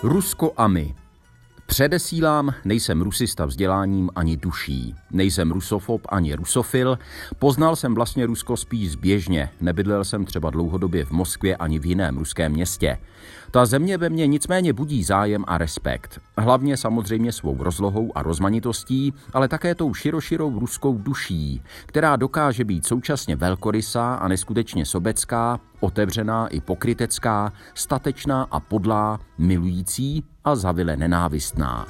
Rusko a my. Předesílám, nejsem rusista vzděláním ani duší. Nejsem rusofob ani rusofil. Poznal jsem vlastně Rusko spíš zběžně. Nebydlel jsem třeba dlouhodobě v Moskvě ani v jiném ruském městě. Ta země ve mně nicméně budí zájem a respekt. Hlavně samozřejmě svou rozlohou a rozmanitostí, ale také tou široširou ruskou duší, která dokáže být současně velkorysá a neskutečně sobecká, otevřená i pokrytecká, statečná a podlá, milující a zavile nenávistná.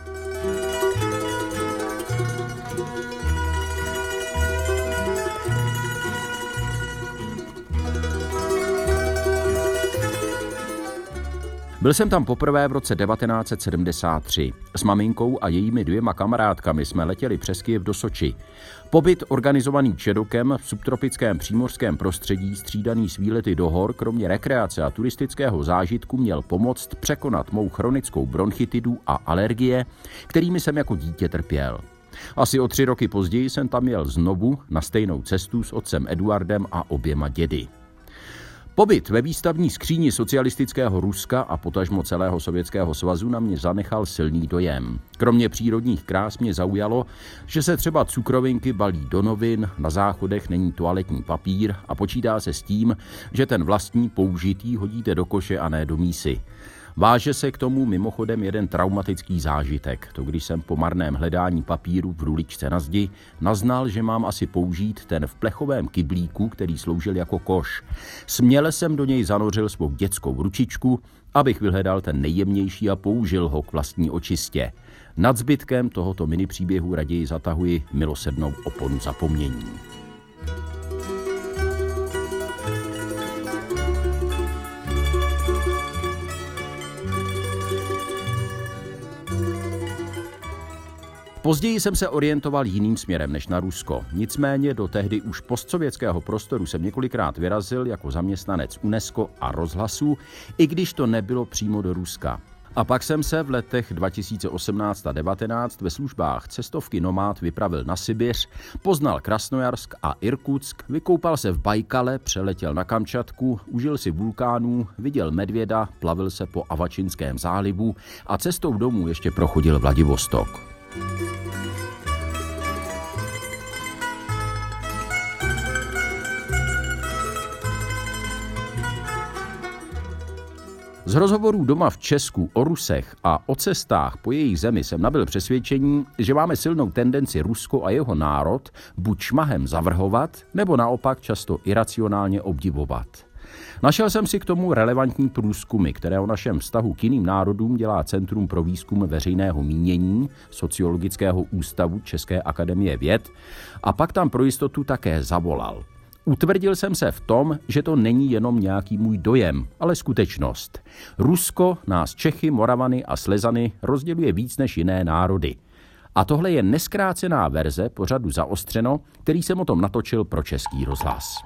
Byl jsem tam poprvé v roce 1973. S maminkou a jejími 2 kamarádkami jsme letěli přes Kyjev do Soči. Pobyt organizovaný Čedokem v subtropickém přímořském prostředí, střídaný s výlety do hor, kromě rekreace a turistického zážitku měl pomoct překonat mou chronickou bronchitidu a alergie, kterými jsem jako dítě trpěl. Asi o 3 roky později jsem tam jel znovu na stejnou cestu s otcem Eduardem a oběma dědy. Pobyt ve výstavní skříni socialistického Ruska a potažmo celého Sovětského svazu na mě zanechal silný dojem. Kromě přírodních krás mě zaujalo, že se třeba cukrovinky balí do novin, na záchodech není toaletní papír a počítá se s tím, že ten vlastní použitý hodíte do koše a ne do mísy. Váže se k tomu mimochodem jeden traumatický zážitek. To když jsem po marném hledání papíru v ruličce na zdi naznal, že mám asi použít ten v plechovém kyblíku, který sloužil jako koš. Směle jsem do něj zanořil svou dětskou ručičku, abych vyhledal ten nejjemnější a použil ho k vlastní očistě. Nad zbytkem tohoto minipříběhu raději zatahuji milosrdnou oponu zapomnění. Později jsem se orientoval jiným směrem než na Rusko. Nicméně do tehdy už postsovětského prostoru jsem několikrát vyrazil jako zaměstnanec UNESCO a rozhlasu, i když to nebylo přímo do Ruska. A pak jsem se v letech 2018 a 2019 ve službách cestovky Nomád vypravil na Sibiř, poznal Krasnojarsk a Irkutsk, vykoupal se v Bajkale, přeletěl na Kamčatku, užil si vulkánů, viděl medvěda, plavil se po Avačinském zálivu a cestou domů ještě prochodil Vladivostok. Z rozhovorů doma v Česku o Rusech a o cestách po jejich zemi jsem nabyl přesvědčení, že máme silnou tendenci Rusko a jeho národ buď šmahem zavrhovat, nebo naopak často iracionálně obdivovat. Našel jsem si k tomu relevantní průzkumy, které o našem vztahu k jiným národům dělá Centrum pro výzkum veřejného mínění Sociologického ústavu České akademie věd a pak tam pro jistotu také zavolal. Utvrdil jsem se v tom, že to není jenom nějaký můj dojem, ale skutečnost. Rusko nás Čechy, Moravany a Slezany rozděluje víc než jiné národy. A tohle je neskrácená verze pořadu Zaostřeno, který jsem o tom natočil pro Český rozhlas.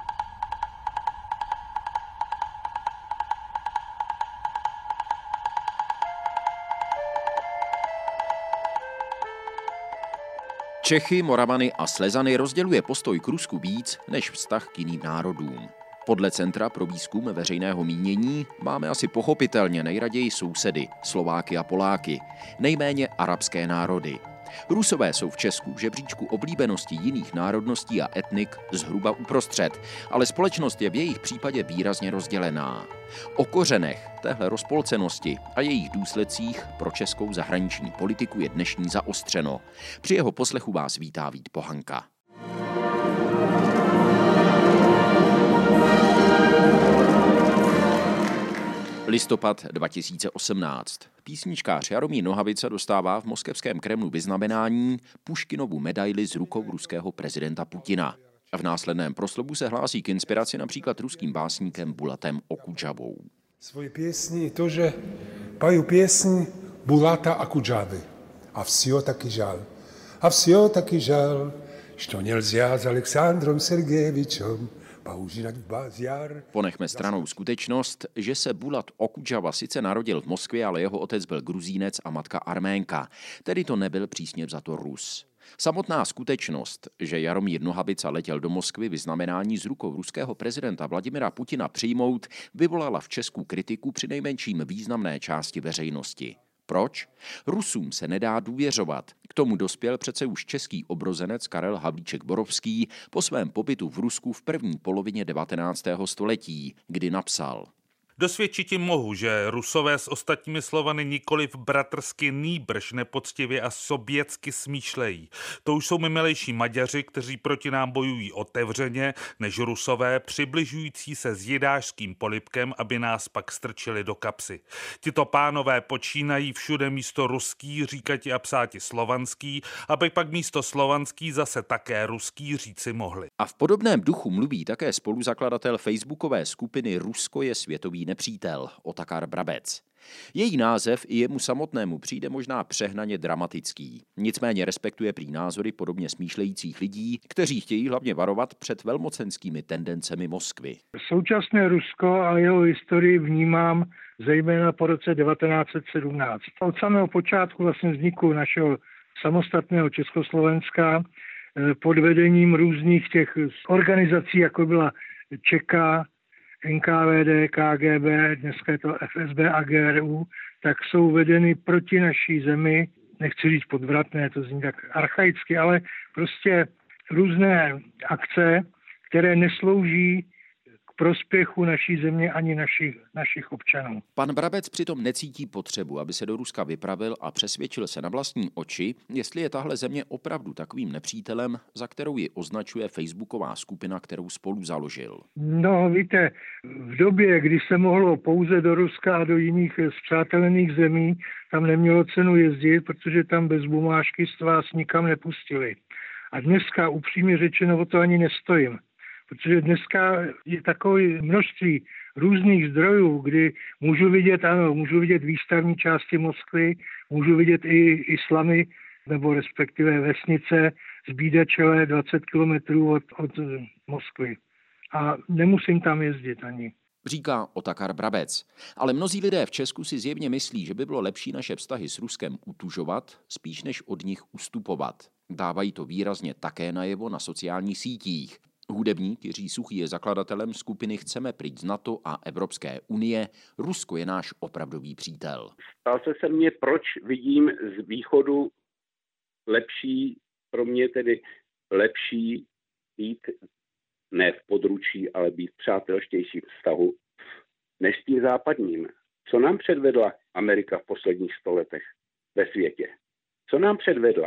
Čechy, Moravany a Slezany rozděluje postoj k Rusku víc než vztah k jiným národům. Podle Centra pro výzkum veřejného mínění máme asi pochopitelně nejraději sousedy, Slováky a Poláky, nejméně arabské národy. Rusové jsou v Česku v žebříčku oblíbenosti jiných národností a etnik zhruba uprostřed, ale společnost je v jejich případě výrazně rozdělená. O kořenech téhle rozpolcenosti a jejich důsledcích pro českou zahraniční politiku je dnešní Zaostřeno. Při jeho poslechu vás vítá Vít Pohanka. Listopad 2018. Písničkář Jaromír Nohavica dostává v moskevském Kremlu vyznamenání Puškinovu medaili z rukou ruského prezidenta Putina. V následném proslovu se hlásí k inspiraci například ruským básníkem Bulatem Okudžavou. Svoje pěsni to, že paju pěsň Bulata Okudžavy. A всё taky žal. A всё taky žal, što nelzia s Aleksandrom Sergejevičem. Ponechme stranou skutečnost, že se Bulat Okudžava sice narodil v Moskvě, ale jeho otec byl Gruzínec a matka Arménka, tedy to nebyl přísně vzato Rus. Samotná skutečnost, že Jaromír Nohavica letěl do Moskvy vyznamenání z rukou ruského prezidenta Vladimira Putina přijmout, vyvolala v Česku kritiku přinejmenším významné části veřejnosti. Proč? Rusům se nedá důvěřovat. K tomu dospěl přece už český obrozenec Karel Havlíček-Borovský po svém pobytu v Rusku v první polovině 19. století, kdy napsal: Dosvědčit tím mohu, že Rusové s ostatními Slovany nikoliv bratrsky nýbrž nepoctivě a sovětsky smýšlejí. To už jsou mi milejší Maďaři, kteří proti nám bojují otevřeně, než Rusové přibližující se s jidášským polibkem, aby nás pak strčili do kapsy. Tito pánové počínají všude místo ruský říkati a psáti slovanský, aby pak místo slovanský zase také ruský říci mohli. A v podobném duchu mluví také spoluzakladatel facebookové skupiny Rusko je světový nepřítel, Otakar Brabec. Její název i jemu samotnému přijde možná přehnaně dramatický. Nicméně respektuje prý názory podobně smýšlejících lidí, kteří chtějí hlavně varovat před velmocenskými tendencemi Moskvy. Současné Rusko a jeho historii vnímám zejména po roce 1917. Od samého počátku vlastně vzniku našeho samostatného Československa pod vedením různých těch organizací, jako byla ČK, NKVD, KGB, dneska je to FSB a GRU, tak jsou vedeny proti naší zemi, nechci říct podvratné, to zní tak archaicky, ale prostě různé akce, které neslouží k prospěchu naší země ani našich občanů. Pan Brabec přitom necítí potřebu, aby se do Ruska vypravil a přesvědčil se na vlastní oči, jestli je tahle země opravdu takovým nepřítelem, za kterou ji označuje facebooková skupina, kterou spolu založil. No víte, v době, kdy se mohlo pouze do Ruska a do jiných spřátelených zemí, tam nemělo cenu jezdit, protože tam bez bumážky vás nikam nepustili. A dneska upřímně řečeno o to ani nestojím. Protože dneska je takové množství různých zdrojů, kdy můžu vidět výstavní části Moskvy, můžu vidět i slamy, nebo respektive vesnice z Bídačele 20 kilometrů od Moskvy. A nemusím tam jezdit ani. Říká Otakar Brabec. Ale mnozí lidé v Česku si zjevně myslí, že by bylo lepší naše vztahy s Ruskem utužovat, spíš než od nich ustupovat. Dávají to výrazně také najevo na sociálních sítích. Hudebník Jiří Suchý je zakladatelem skupiny Chceme pryč z NATO a Evropské unie. Rusko je náš opravdový přítel. Ptal se mě, proč vidím z východu lepší, pro mě tedy lepší být ne v područí, ale být v přátelštějším vztahu než s tím západním. Co nám předvedla Amerika v posledních 100 letech ve světě? Co nám předvedla?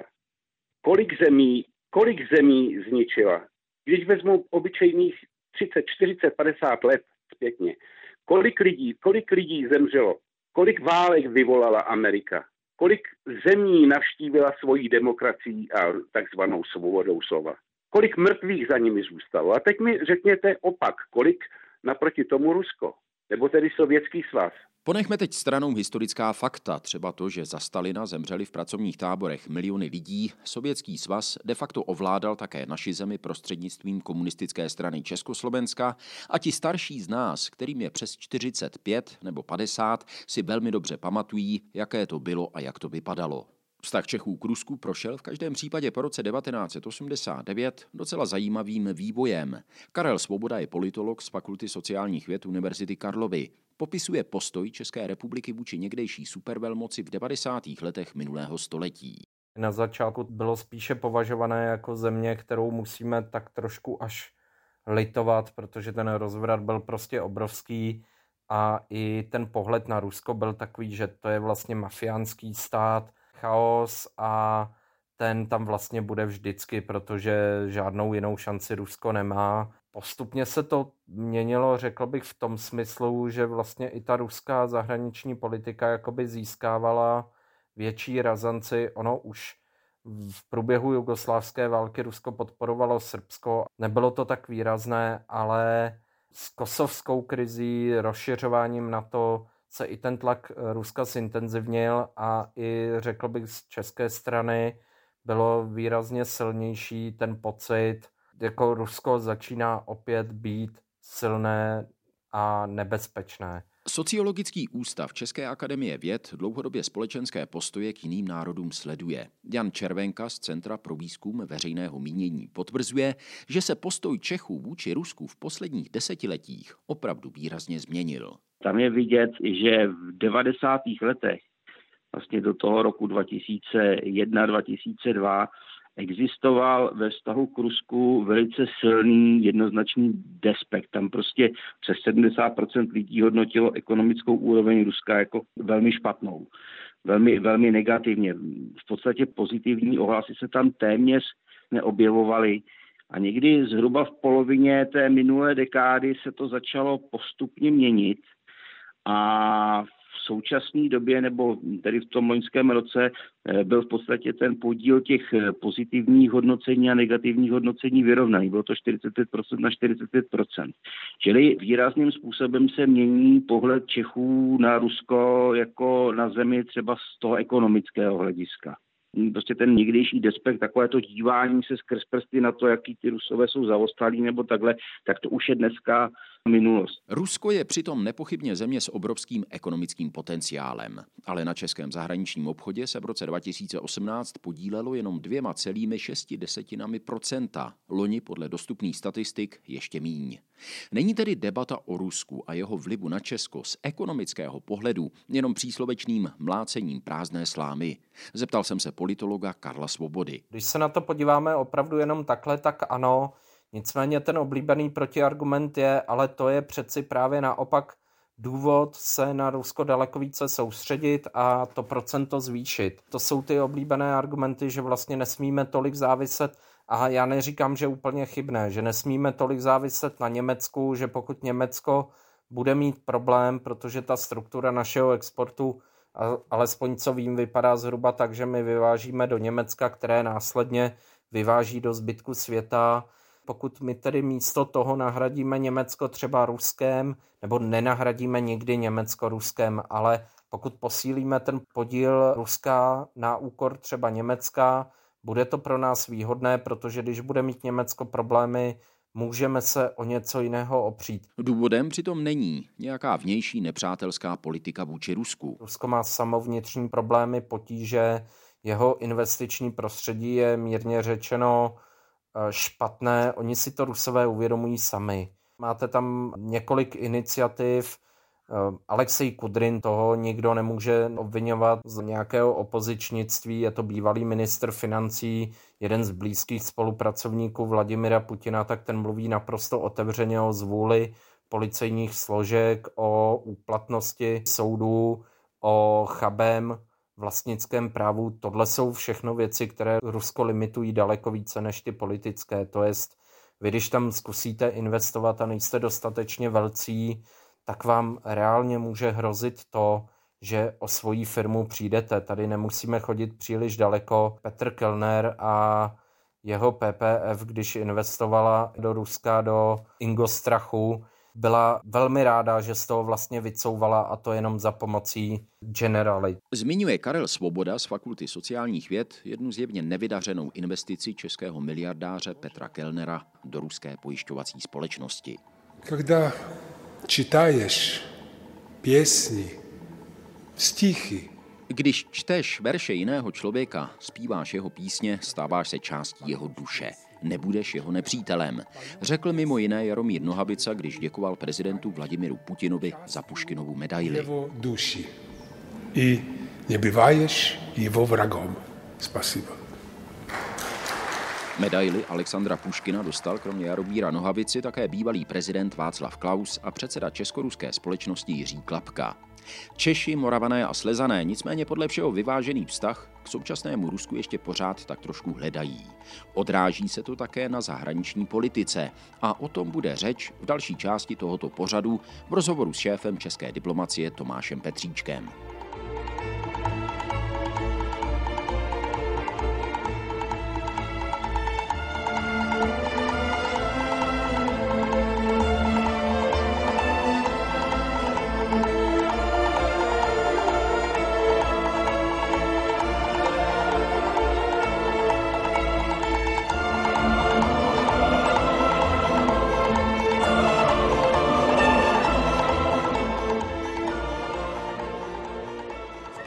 Kolik zemí zničila? Když vezmou obyčejných 30, 40, 50 let zpětně, kolik lidí zemřelo? Kolik válek vyvolala Amerika? Kolik zemí navštívila svoji demokracii a takzvanou svobodou slova? Kolik mrtvých za nimi zůstalo? A teď mi řekněte opak, kolik naproti tomu Rusko, nebo tedy Sovětský svaz. Ponechme teď stranou historická fakta, třeba to, že za Stalina zemřeli v pracovních táborech miliony lidí. Sovětský svaz de facto ovládal také naši zemi prostřednictvím komunistické strany Československa a ti starší z nás, kterým je přes 45 nebo 50, si velmi dobře pamatují, jaké to bylo a jak to vypadalo. Vztah Čechů k Rusku prošel v každém případě po roce 1989 docela zajímavým vývojem. Karel Svoboda je politolog z Fakulty sociálních věd Univerzity Karlovy. Popisuje postoj České republiky vůči někdejší supervelmoci v 90. letech minulého století. Na začátku bylo spíše považované jako země, kterou musíme tak trošku až litovat, protože ten rozvrat byl prostě obrovský a i ten pohled na Rusko byl takový, že to je vlastně mafiánský stát, chaos a ten tam vlastně bude vždycky, protože žádnou jinou šanci Rusko nemá. Postupně se to měnilo, řekl bych, v tom smyslu, že vlastně i ta ruská zahraniční politika jakoby získávala větší razanci. Ono už v průběhu jugoslávské války Rusko podporovalo Srbsko. Nebylo to tak výrazné, ale s kosovskou krizí, rozšiřováním NATO se i ten tlak Ruska zintenzivnil a i, řekl bych, z české strany bylo výrazně silnější ten pocit, jako Rusko začíná opět být silné a nebezpečné. Sociologický ústav České akademie věd dlouhodobě společenské postoje k jiným národům sleduje. Jan Červenka z Centra pro výzkum veřejného mínění potvrzuje, že se postoj Čechů vůči Rusku v posledních desetiletích opravdu výrazně změnil. Tam je vidět, že v 90. letech, vlastně do toho roku 2001-2002, existoval ve vztahu k Rusku velice silný, jednoznačný despekt. Tam prostě přes 70% lidí hodnotilo ekonomickou úroveň Ruska jako velmi špatnou, velmi negativně. V podstatě pozitivní ohlasy se tam téměř neobjevovaly. A někdy zhruba v polovině té minulé dekády se to začalo postupně měnit a v současné době, nebo tedy v tom loňském roce, byl v podstatě ten podíl těch pozitivních hodnocení a negativních hodnocení vyrovnaný. Bylo to 45% na 45%. Čili výrazným způsobem se mění pohled Čechů na Rusko jako na zemi třeba z toho ekonomického hlediska. Prostě ten někdejší despekt, takové to dívání se skrz prsty na to, jaký ty Rusové jsou zaostalí nebo takhle, tak to už je dneska minulost. Rusko je přitom nepochybně země s obrovským ekonomickým potenciálem, ale na českém zahraničním obchodě se v roce 2018 podílelo jenom 2,6%. Loni podle dostupných statistik ještě míň. Není tedy debata o Rusku a jeho vlivu na Česko z ekonomického pohledu jenom příslovečným mlácením prázdné slámy. Zeptal jsem se politologa Karla Svobody. Když se na to podíváme opravdu jenom takhle, tak ano. Nicméně ten oblíbený protiargument je, ale to je přeci právě naopak důvod se na Rusko daleko více soustředit a to procento zvýšit. To jsou ty oblíbené argumenty, že vlastně nesmíme tolik záviset, a já neříkám, že úplně chybné, že nesmíme tolik záviset na Německu, že pokud Německo bude mít problém, protože ta struktura našeho exportu, alespoň co vím, vypadá zhruba tak, že my vyvážíme do Německa, které následně vyváží do zbytku světa. Pokud my tedy místo toho nahradíme Německo třeba Ruskem, nebo nenahradíme nikdy Německo Ruskem, ale pokud posílíme ten podíl Ruska na úkor třeba Německa, bude to pro nás výhodné, protože když bude mít Německo problémy, můžeme se o něco jiného opřít. Důvodem přitom není nějaká vnější nepřátelská politika vůči Rusku. Rusko má samovnitřní problémy, potíže, jeho investiční prostředí je mírně řečeno špatné, oni si to Rusové uvědomují sami. Máte tam několik iniciativ, Alexej Kudrin, toho nikdo nemůže obviňovat z nějakého opozičnictví, je to bývalý ministr financí, jeden z blízkých spolupracovníků Vladimira Putina, tak ten mluví naprosto otevřeně o zvůli policejních složek, o úplatnosti soudů, o chabém vlastnickém právu. Tohle jsou všechno věci, které Rusko limitují daleko více než ty politické. To jest, vy když tam zkusíte investovat a nejste dostatečně velcí, tak vám reálně může hrozit to, že o svoji firmu přijdete. Tady nemusíme chodit příliš daleko. Petr Kellner a jeho PPF, když investovala do Ruska, do Ingostrachu, byla velmi ráda, že z toho vlastně vycouvala, a to jenom za pomocí Generali. Zmiňuje Karel Svoboda z Fakulty sociálních věd jednu zjevně nevydařenou investici českého miliardáře Petra Kellnera do ruské pojišťovací společnosti. Когда читаешь песни, стихи, Když čteš verše jiného člověka, zpíváš jeho písně, stáváš se částí jeho duše. Nebudeš jeho nepřítelem, řekl mimo jiné Jaromír Nohavica, když děkoval prezidentu Vladimiru Putinovi za Puškinovu medaili. Jeho duši. I nebýváš jeho vragom. Spasibo. Medaili Alexandra Puškina dostal kromě Jaromíra Nohavici také bývalý prezident Václav Klaus a předseda českoruské společnosti Jiří Klapka. Češi, Moravané a Slezané nicméně podle všeho vyvážený vztah k současnému Rusku ještě pořád tak trošku hledají. Odráží se to také na zahraniční politice a o tom bude řeč v další části tohoto pořadu v rozhovoru s šéfem české diplomacie Tomášem Petříčkem.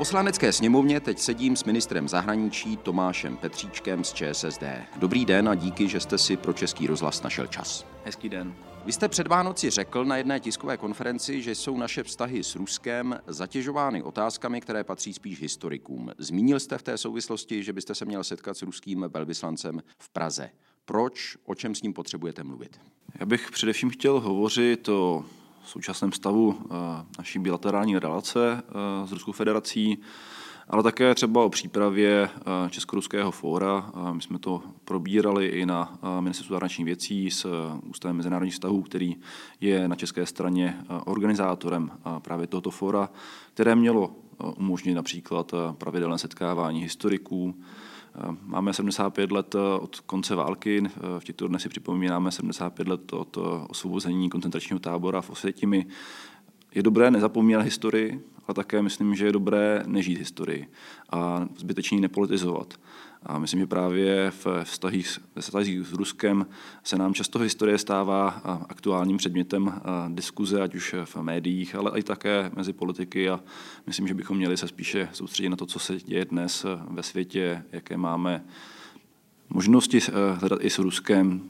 Poslanecké sněmovně teď sedím s ministrem zahraničí Tomášem Petříčkem z ČSSD. Dobrý den a díky, že jste si pro Český rozhlas našel čas. Hezký den. Vy jste před Vánoci řekl na jedné tiskové konferenci, že jsou naše vztahy s Ruskem zatěžovány otázkami, které patří spíš historikům. Zmínil jste v té souvislosti, že byste se měl setkat s ruským velvyslancem v Praze. Proč? O čem s ním potřebujete mluvit? Já bych především chtěl hovořit o současném stavu naší bilaterální relace s Ruskou federací, ale také třeba o přípravě Česko-ruského fóra. My jsme to probírali i na Ministerstvu zahraničních věcí s Ústavem mezinárodních vztahů, který je na české straně organizátorem právě tohoto fóra, které mělo umožnit například pravidelné setkávání historiků. Máme 75 let od konce války, v těchto dnech si připomínáme 75 let od osvobození koncentračního tábora v Osvětimi. Je dobré nezapomínat historii, ale také myslím, že je dobré nežít historii a zbytečně nepolitizovat. A myslím, že právě v vztazích s Ruskem se nám často historie stává aktuálním předmětem diskuze, ať už v médiích, ale i také mezi politiky, a myslím, že bychom měli se spíše soustředit na to, co se děje dnes ve světě, jaké máme možnosti hledat i s Ruskem,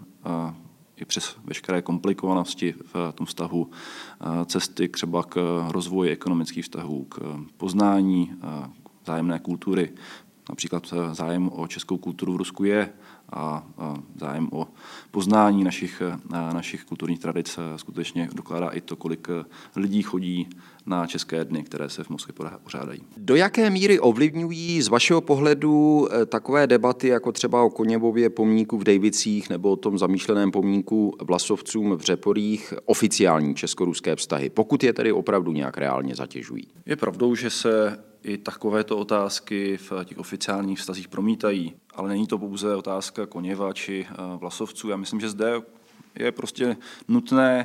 i přes veškeré komplikovanosti v tom vztahu, cesty třeba k rozvoji ekonomických vztahů, k poznání vzájemné kultury. Například zájem o českou kulturu v Rusku je a zájem o poznání našich kulturních tradic skutečně dokládá i to, kolik lidí chodí na české dny, které se v Moskvě pořádají. Do jaké míry ovlivňují z vašeho pohledu takové debaty, jako třeba o Koněvově pomníku v Dejvicích nebo o tom zamýšleném pomníku Vlasovcům v Řeporích, oficiální česko-ruské vztahy, pokud je tedy opravdu nějak reálně zatěžují? Je pravdou, že se i takovéto otázky v těch oficiálních vztazích promítají, ale není to pouze otázka Koněva či Vlasovců. Já myslím, že zde je prostě nutné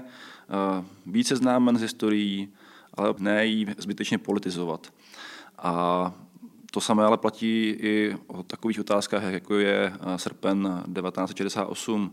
být seznámen s historií, ale ne ji zbytečně politizovat. A to samé ale platí i o takových otázkách, jako je srpen 1968,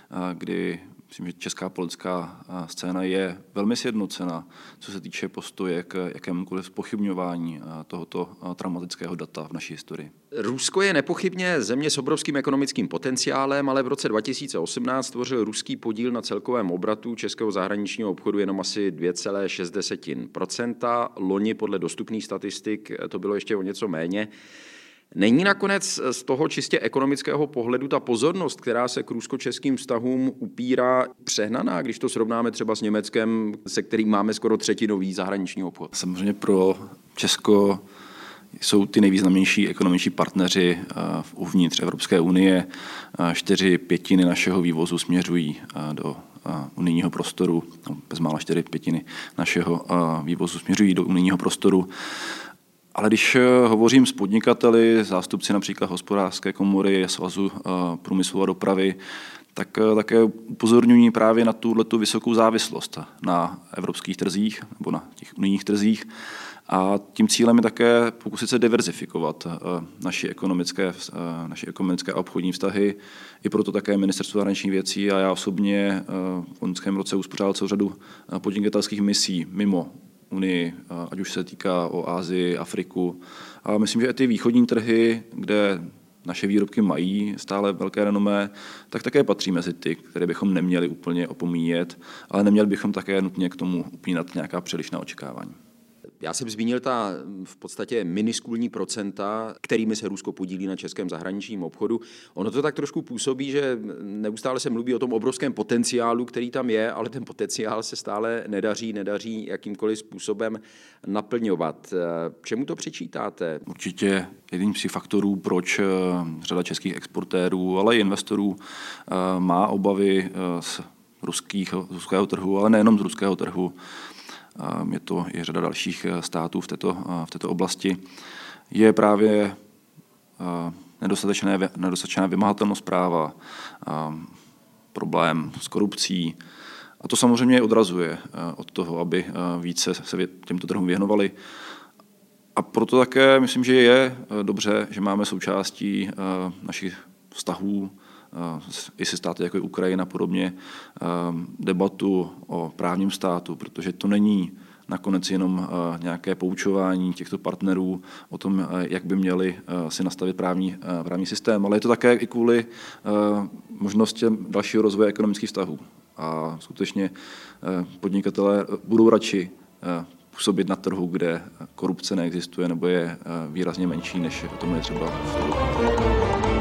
kdy myslím, že česká politická scéna je velmi sjednocena, co se týče postoje k jakémukoliv zpochybňování tohoto traumatického data v naší historii. Rusko je nepochybně země s obrovským ekonomickým potenciálem, ale v roce 2018 tvořil ruský podíl na celkovém obratu českého zahraničního obchodu jenom asi 2,6%. Loni podle dostupných statistik to bylo ještě o něco méně. Není nakonec z toho čistě ekonomického pohledu ta pozornost, která se k rusko-českým vztahům upírá, přehnaná, když to srovnáme třeba s Německem, se kterým máme skoro třetinový zahraniční obchod? Samozřejmě pro Česko jsou ty nejvýznamnější ekonomičtí partneři uvnitř Evropské unie. 4/5 našeho vývozu směřují do unijního prostoru, bezmála 4/5 našeho vývozu směřují do unijního prostoru. Ale když hovořím s podnikateli, zástupci například Hospodářské komory, Svazu průmyslu a dopravy, tak také upozorňují právě na tuhletu vysokou závislost na evropských trzích nebo na těch unijních trzích. A tím cílem je také pokusit se diverzifikovat naše ekonomické a obchodní vztahy. I proto také Ministerstvo zahraničních věcí a já osobně v loňském roce uspořádal celou řadu podnikatelských misí mimo Unii, ať už se týká o Asii, Afriku. A myslím, že i ty východní trhy, kde naše výrobky mají stále velké renomé, tak také patří mezi ty, které bychom neměli úplně opomíjet, ale neměli bychom také nutně k tomu upínat nějaká přílišná očekávání. Já jsem zmínil ta v podstatě miniskulní procenta, kterými se Rusko podílí na českém zahraničním obchodu. Ono to tak trošku působí, že neustále se mluví o tom obrovském potenciálu, který tam je, ale ten potenciál se stále nedaří jakýmkoliv způsobem naplňovat. Čemu to přičítáte? Určitě jedním z faktorů, proč řada českých exportérů, ale i investorů má obavy z ruského trhu, ale nejenom z ruského trhu. Je to i řada dalších států v této oblasti, je právě nedostatečná vymahatelnost práva, problém s korupcí. A to samozřejmě odrazuje od toho, aby více se těmto trhům věnovali. A proto také myslím, že je dobře, že máme součástí našich vztahů i se státy jako je Ukrajina podobně debatu o právním státu, protože to není nakonec jenom nějaké poučování těchto partnerů o tom, jak by měli si nastavit právní systém, ale je to také i kvůli možnostem dalšího rozvoje ekonomických vztahů. A skutečně podnikatelé budou radši působit na trhu, kde korupce neexistuje nebo je výrazně menší, než tomu je třeba v Evropě.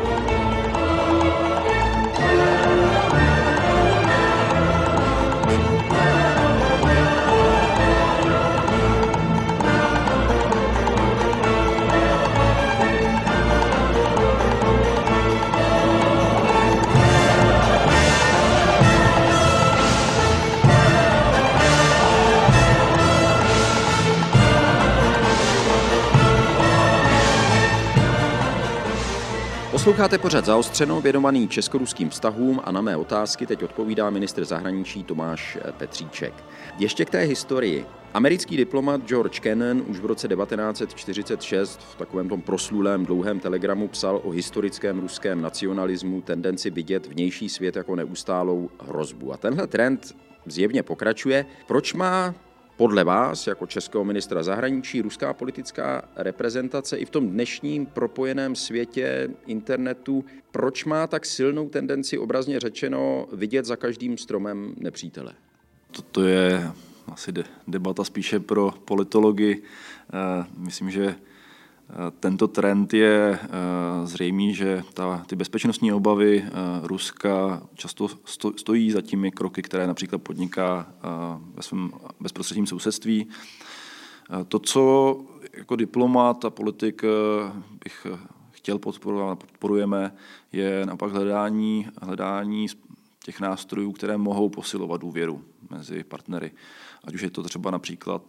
Posloucháte pořad Zaostřeno, věnovaný česko-ruským vztahům, a na mé otázky teď odpovídá ministr zahraničí Tomáš Petříček. Ještě k té historii. Americký diplomat George Kennan už v roce 1946 v takovém tom proslulém dlouhém telegramu psal o historickém ruském nacionalismu, tendenci vidět vnější svět jako neustálou hrozbu. A tenhle trend zjevně pokračuje. Proč má podle vás, jako českého ministra zahraničí, ruská politická reprezentace i v tom dnešním propojeném světě internetu, proč má tak silnou tendenci, obrazně řečeno, vidět za každým stromem nepřítele? Toto je asi debata spíše pro politology. Myslím, že tento trend je zřejmý, že ty bezpečnostní obavy Ruska často stojí za těmi kroky, které například podniká ve svém bezprostředním sousedství. To, co jako diplomat a politik bych chtěl podporovat a podporujeme, je naopak hledání těch nástrojů, které mohou posilovat důvěru mezi partnery. Ať už je to třeba například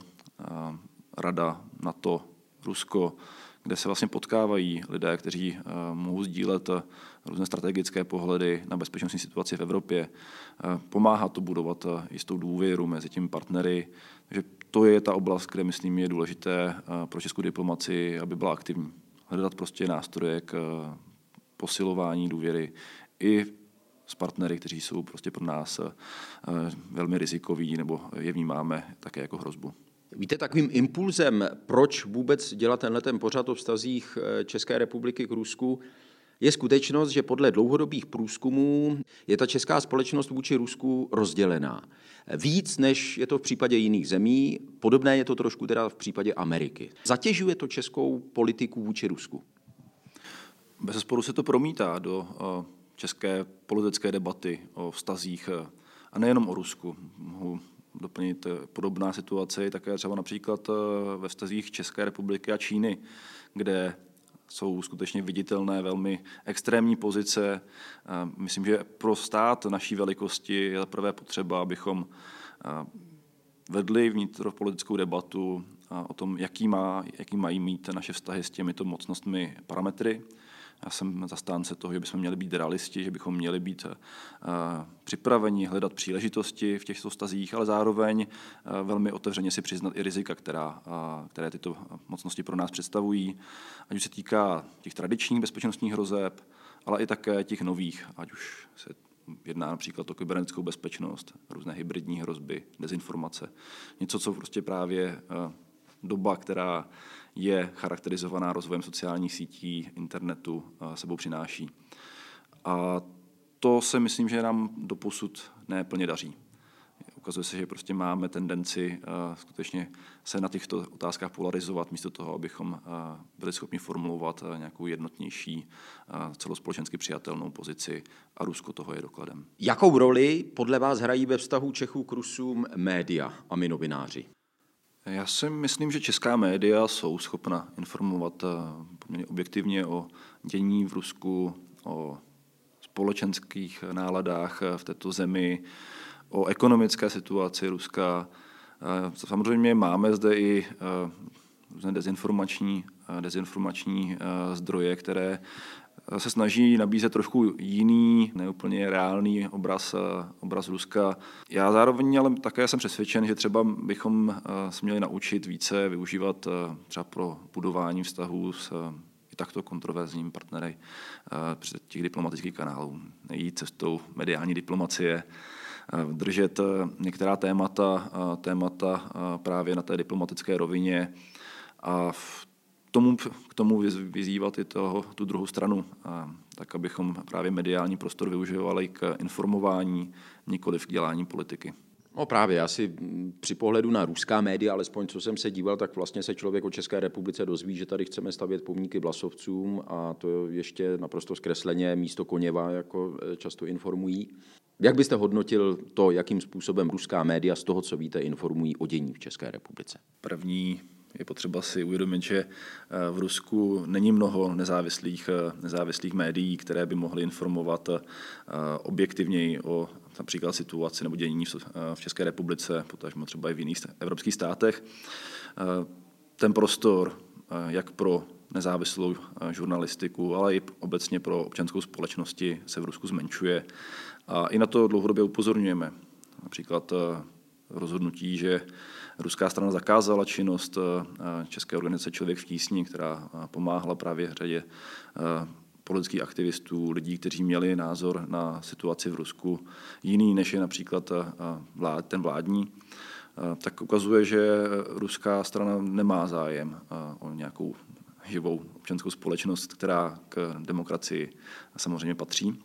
Rada NATO, Rusko, kde se vlastně potkávají lidé, kteří mohou sdílet různé strategické pohledy na bezpečnostní situaci v Evropě. Pomáhá to budovat jistou důvěru mezi těmi partnery. Takže to je ta oblast, kde, myslím, je důležité pro českou diplomaci, aby byla aktivní. Hledat prostě nástroje k posilování důvěry i s partnery, kteří jsou prostě pro nás velmi rizikoví nebo je vnímáme také jako hrozbu. Víte, takovým impulzem, proč vůbec dělat tenhleten pořad o vztazích České republiky k Rusku, je skutečnost, že podle dlouhodobých průzkumů je ta česká společnost vůči Rusku rozdělená. Víc, než je to v případě jiných zemí, podobné je to trošku teda v případě Ameriky. Zatěžuje to českou politiku vůči Rusku? Bezesporu se to promítá do české politické debaty o vztazích, a nejenom o Rusku. Mohu doplnit podobná situace také třeba například ve vztazích České republiky a Číny, kde jsou skutečně viditelné velmi extrémní pozice. Myslím, že pro stát naší velikosti je zaprvé potřeba, abychom vedli vnitropolitickou debatu o tom, jaký mají mít naše vztahy s těmito mocnostmi parametry. Já jsem zastánce toho, že bychom měli být realisti, že bychom měli být připraveni hledat příležitosti v těchto vztazích, ale zároveň velmi otevřeně si přiznat i rizika, které tyto mocnosti pro nás představují. Ať už se týká těch tradičních bezpečnostních hrozeb, ale i také těch nových, ať už se jedná například o kybernetickou bezpečnost, různé hybridní hrozby, dezinformace. Něco, co prostě právě doba, která je charakterizovaná rozvojem sociálních sítí, internetu, sebou přináší. A to se myslím, že nám doposud neplně daří. Ukazuje se, že prostě máme tendenci skutečně se na těchto otázkách polarizovat, místo toho, abychom byli schopni formulovat nějakou jednotnější, celospolečensky přijatelnou pozici, a Rusko toho je dokladem. Jakou roli podle vás hrají ve vztahu Čechů k Rusům média a my novináři? Já si myslím, že česká média jsou schopna informovat poměrně objektivně o dění v Rusku, o společenských náladách v této zemi, o ekonomické situaci Ruska. Samozřejmě máme zde i různé dezinformační zdroje, které se snaží nabízet trošku jiný, neúplně reálný obraz Ruska. Já zároveň ale také jsem přesvědčen, že třeba bychom se měli naučit více využívat třeba pro budování vztahů s i takto kontroverzními partnery před těch diplomatických kanálů. Nejít cestou mediální diplomacie, držet některá témata právě na té diplomatické rovině a k tomu vyzývat i tu druhou stranu, tak abychom právě mediální prostor využívali k informování, nikoliv k dělání politiky. No právě, já si při pohledu na ruská média, alespoň co jsem se díval, tak vlastně se člověk o České republice dozví, že tady chceme stavět pomníky vlasovcům a to ještě naprosto zkresleně místo Koněva, jako často informují. Jak byste hodnotil to, jakým způsobem ruská média z toho, co víte, informují o dění v České republice? První je potřeba si uvědomit, že v Rusku není mnoho nezávislých médií, které by mohly informovat objektivněji o například situaci nebo dění v České republice, potažmo třeba i v jiných evropských státech. Ten prostor, jak pro nezávislou žurnalistiku, ale i obecně pro občanskou společnosti se v Rusku zmenšuje. A i na to dlouhodobě upozorňujeme. Například rozhodnutí, že ruská strana zakázala činnost české organizace Člověk v tísni, která pomáhala právě řadě politických aktivistů, lidí, kteří měli názor na situaci v Rusku jiný, než je například ten vládní, tak ukazuje, že ruská strana nemá zájem o nějakou živou občanskou společnost, která k demokracii samozřejmě patří.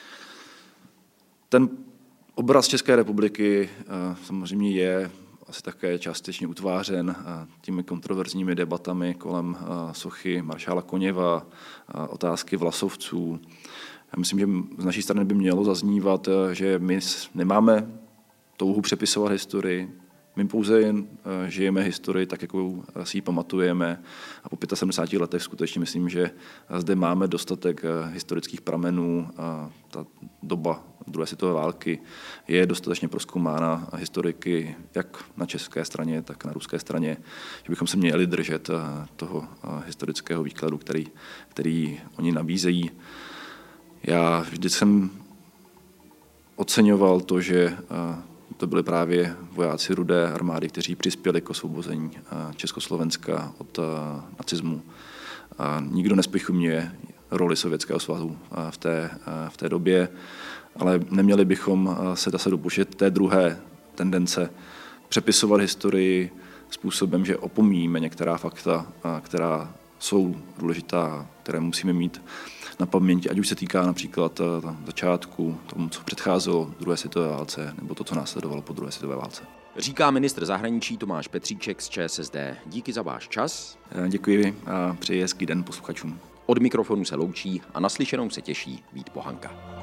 Ten obraz České republiky samozřejmě je asi také částečně utvářen těmi kontroverzními debatami kolem sochy maršála Koněva, otázky vlasovců. Já myslím, že z naší strany by mělo zaznívat, že my nemáme touhu přepisovat historii, my pouze jen žijeme historii tak, jakou si ji pamatujeme a po 75 letech skutečně myslím, že zde máme dostatek historických pramenů. Ta doba druhé světové války je dostatečně prozkoumána historiky jak na české straně, tak na ruské straně, že bychom se měli držet toho historického výkladu, který oni nabízejí. Já vždy jsem oceňoval to, že to byli právě vojáci Rudé armády, kteří přispěli k osvobození Československa od nacismu. Nikdo nezpochybňuje roli Sovětského svazu v té době, ale neměli bychom se zase dopustit té druhé tendence přepisovat historii způsobem, že opomíjíme některá fakta, která jsou důležitá, které musíme mít na paměti, ať už se týká například začátku, tomu, co předcházelo druhé světové válce, nebo to, co následovalo po druhé světové válce. Říká ministr zahraničí Tomáš Petříček z ČSSD. Díky za váš čas. Děkuji a přeji hezký den posluchačům. Od mikrofonu se loučí a naslyšenou se těší Vít Pohanka.